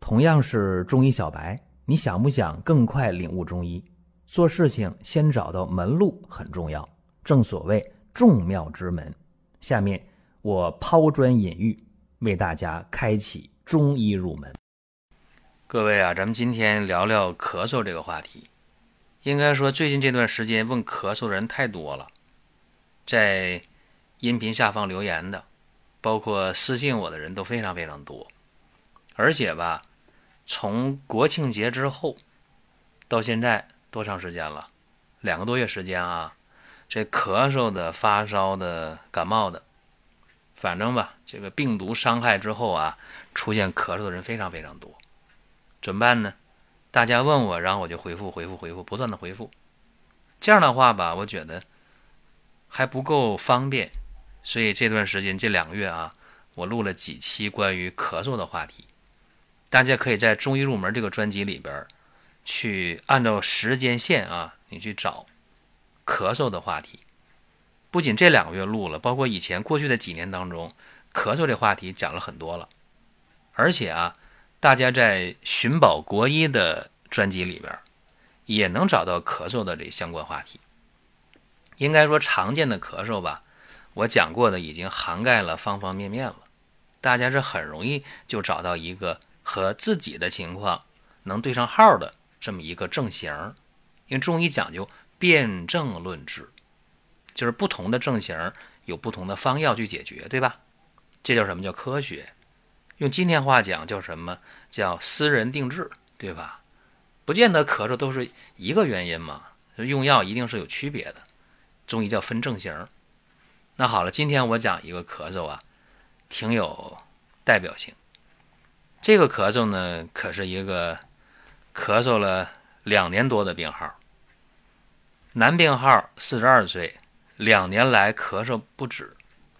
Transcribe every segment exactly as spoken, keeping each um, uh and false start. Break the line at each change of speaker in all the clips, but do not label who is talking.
同样是中医小白，你想不想更快领悟中医？做事情先找到门路很重要，正所谓众妙之门。下面我抛砖引玉，为大家开启中医入门。
各位啊，咱们今天聊聊咳嗽这个话题。应该说最近这段时间问咳嗽的人太多了，在音频下方留言的，包括私信我的人都非常非常多。而且吧，从国庆节之后到现在多长时间了？两个多月时间啊，这咳嗽的、发烧的、感冒的，反正吧，这个病毒伤害之后啊，出现咳嗽的人非常非常多。怎么办呢？大家问我，然后我就回复回复回复，不断的回复。这样的话吧，我觉得还不够方便，所以这段时间这两个月啊，我录了几期关于咳嗽的话题。大家可以在中医入门这个专辑里边去按照时间线啊，你去找咳嗽的话题。不仅这两个月录了，包括以前过去的几年当中，咳嗽这话题讲了很多了。而且啊，大家在寻宝国医的专辑里边也能找到咳嗽的这相关话题。应该说常见的咳嗽吧，我讲过的已经涵盖了方方面面了，大家是很容易就找到一个和自己的情况能对上号的这么一个症型。因为中医讲究辨证论治，就是不同的症型有不同的方药去解决，对吧？这叫什么？叫科学。用今天话讲叫什么？叫私人定制，对吧？不见得咳嗽都是一个原因嘛，用药一定是有区别的。中医叫分症型。那好了，今天我讲一个咳嗽啊，挺有代表性。这个咳嗽呢，可是一个咳嗽了两年多的病号。男病号四十二岁，两年来咳嗽不止，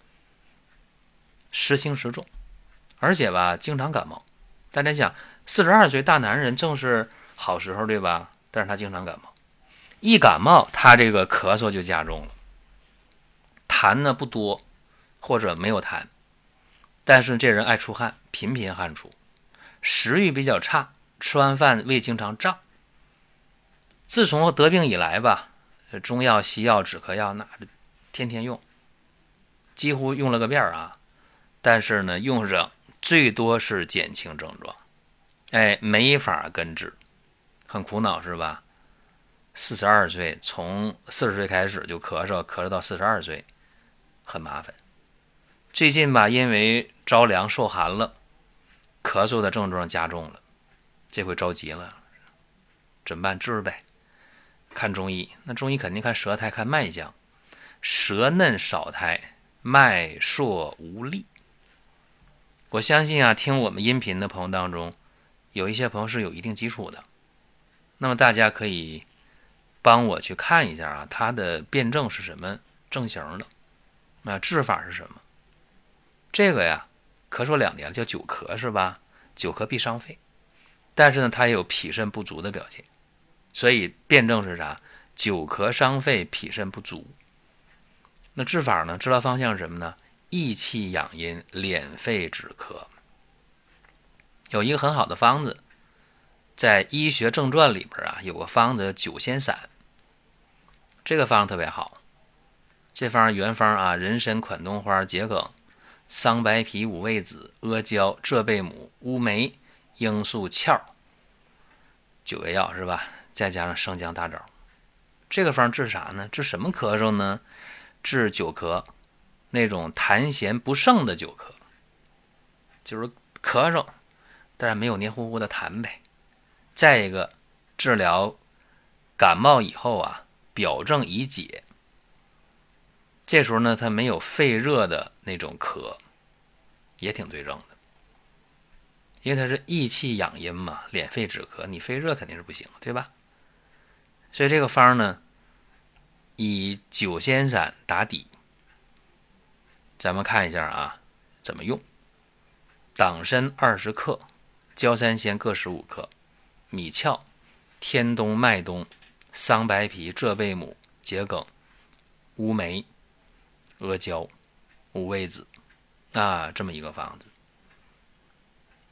时轻时重，而且吧经常感冒。大家想，四十二岁大男人正是好时候，对吧？但是他经常感冒，一感冒他这个咳嗽就加重了。痰呢不多，或者没有痰，但是这人爱出汗，频频汗出，食欲比较差，吃完饭胃经常胀。自从得病以来吧，中药西药止咳药那天天用，几乎用了个遍啊。但是呢，用上最多是减轻症状，哎，没法根治，很苦恼是吧？四十二岁，从四十岁开始就咳嗽，咳嗽到四十二岁，很麻烦。最近吧，因为着凉受寒了，咳嗽的症状加重了，这回着急了，怎么办？治呗。看中医，那中医肯定看舌苔，看脉象，舌嫩少苔，脉硕无力。我相信啊，听我们音频的朋友当中，有一些朋友是有一定基础的。那么大家可以帮我去看一下啊，他的辨证是什么症型的，那治法是什么？这个呀，咳嗽两年了，叫久咳是吧？久咳必伤肺，但是呢，它也有脾肾不足的表现。所以辨证是啥？久咳伤肺，脾肾不足。那治法呢？治疗方向是什么呢？益气养阴，敛肺止咳。有一个很好的方子，在《医学正传》里边啊，有个方子九仙散，这个方特别好。这方原方啊，人参、款冬花、桔梗、桑白皮、五味子、阿胶、浙贝母、乌梅、罂粟、壳，九味药是吧？再加上生姜、大枣。这个方治啥呢？治什么咳嗽呢？治久咳，那种痰涎不盛的久咳，就是咳嗽但是没有黏糊糊的痰呗。再一个，治疗感冒以后啊，表症已解，这时候呢，它没有肺热的那种咳，也挺对症的。因为它是益气养阴嘛，敛肺止咳，你肺热肯定是不行，对吧？所以这个方呢，以九仙散打底。咱们看一下啊，怎么用。党参二十克，焦三仙各十五克，米壳、天冬、麦冬、桑白皮、浙贝母、桔梗、乌梅、阿胶、五味子啊，这么一个方子。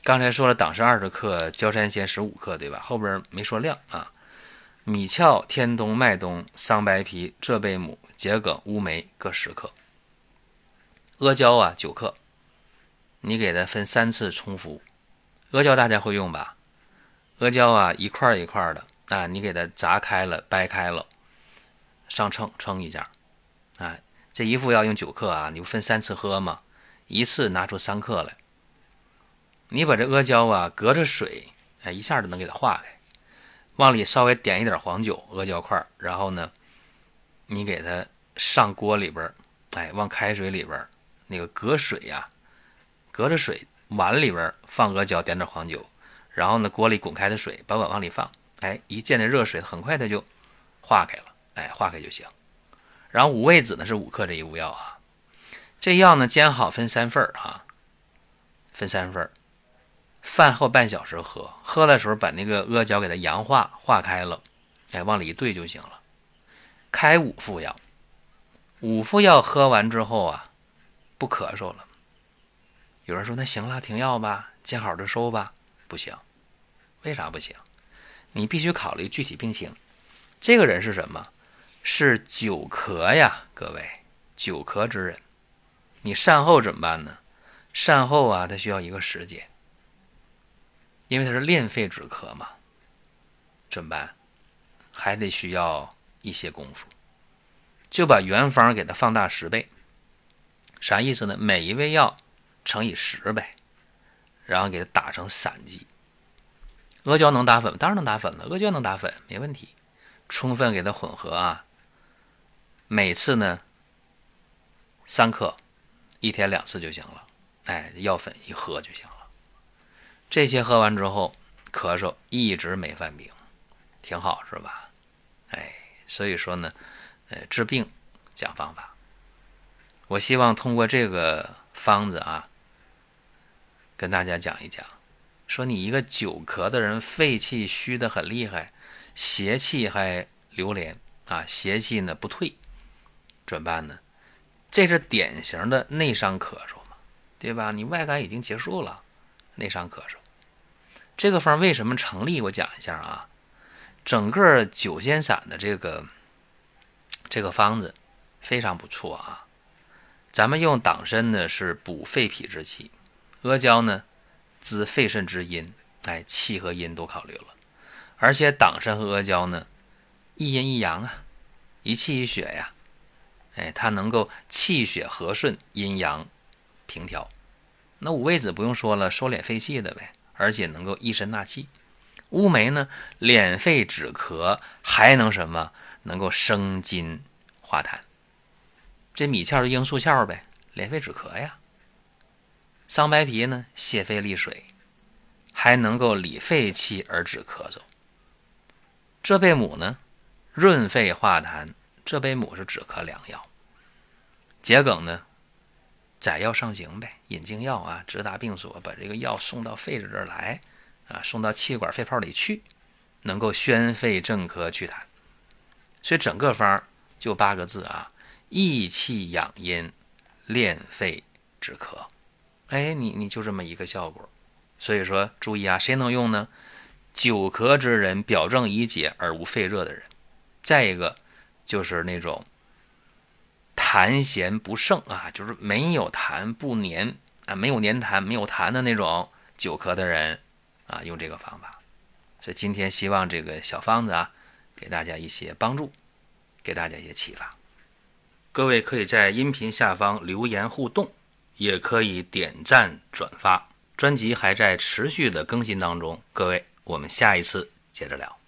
刚才说了党参二十克，焦山仙十五克，对吧？后边没说量啊。米壳、天冬、麦冬、桑白皮、浙贝母、桔梗、乌梅各十克。阿胶啊九克，你给它分三次冲服。阿胶大家会用吧？阿胶啊一块一块的啊，你给它砸开了掰开了，上秤称一下啊。这一副要用九克啊，你不分三次喝吗？一次拿出三克来。你把这阿胶啊隔着水，哎，一下就能给它化开。往里稍微点一点黄酒、阿胶块，然后呢，你给它上锅里边，哎，往开水里边那个隔水呀、啊，隔着水碗里边放阿胶，点点黄酒，然后呢，锅里滚开的水，把碗往里放，哎，一见那热水，很快它就化开了，哎，化开就行。然后五味子呢是五克这一味药啊，这药呢煎好分三份啊，分三份。饭后半小时喝，喝的时候把那个阿胶给它阳化化开了，哎，往里一兑就行了。开五副药，五副药喝完之后啊，不咳嗽了。有人说那行了，停药吧，见好就收吧，不行。为啥不行？你必须考虑具体病情。这个人是什么？是久咳呀，各位，久咳之人。你善后怎么办呢？善后啊，它需要一个时间。因为它是练肺止咳嘛，怎么办？还得需要一些功夫，就把原方给它放大十倍。啥意思呢？每一味药乘以十倍，然后给它打成散剂。阿胶能打粉吗？当然能打粉了，阿胶能打粉，没问题。充分给它混合啊，每次呢三克，一天两次就行了。哎，药粉一喝就行了。这些喝完之后，咳嗽一直没犯病，挺好是吧？哎，所以说呢，呃，治病讲方法。我希望通过这个方子啊，跟大家讲一讲，说你一个久咳的人，肺气虚的很厉害，邪气还流连啊，邪气呢不退，怎么办呢？这是典型的内伤咳嗽嘛，对吧？你外感已经结束了，内伤咳嗽。这个方为什么成立？我讲一下啊。整个九仙散的这个这个方子非常不错啊。咱们用党参呢是补肺脾之气，阿胶呢滋肺肾之阴，哎，气和阴都考虑了。而且党参和阿胶呢一阴一阳啊，一气一血呀，哎，它能够气血和顺，阴阳平调。那五味子不用说了，收敛肺气的呗。而且能够益肾纳气。乌梅呢，敛肺止咳，还能什么？能够生津化痰。这米壳就罂粟壳呗，敛肺止咳呀。桑白皮呢，泻肺利水，还能够理肺气而止咳嗽。浙贝母呢，润肺化痰，浙贝母是止咳良药。桔梗呢，载药上行呗，引经药啊，直达病所，把这个药送到肺子这儿来啊，送到气管肺泡里去，能够宣肺镇咳祛痰。所以整个方就八个字啊，益气养阴，练肺止咳。哎，你你就这么一个效果。所以说注意啊，谁能用呢？久咳之人，表症已解而无肺热的人。再一个就是那种痰涎不盛啊，就是没有痰不黏啊，没有黏痰没有痰的那种久咳的人啊，用这个方法。所以今天希望这个小方子啊，给大家一些帮助，给大家一些启发。各位可以在音频下方留言互动，也可以点赞转发。专辑还在持续的更新当中，各位，我们下一次接着聊。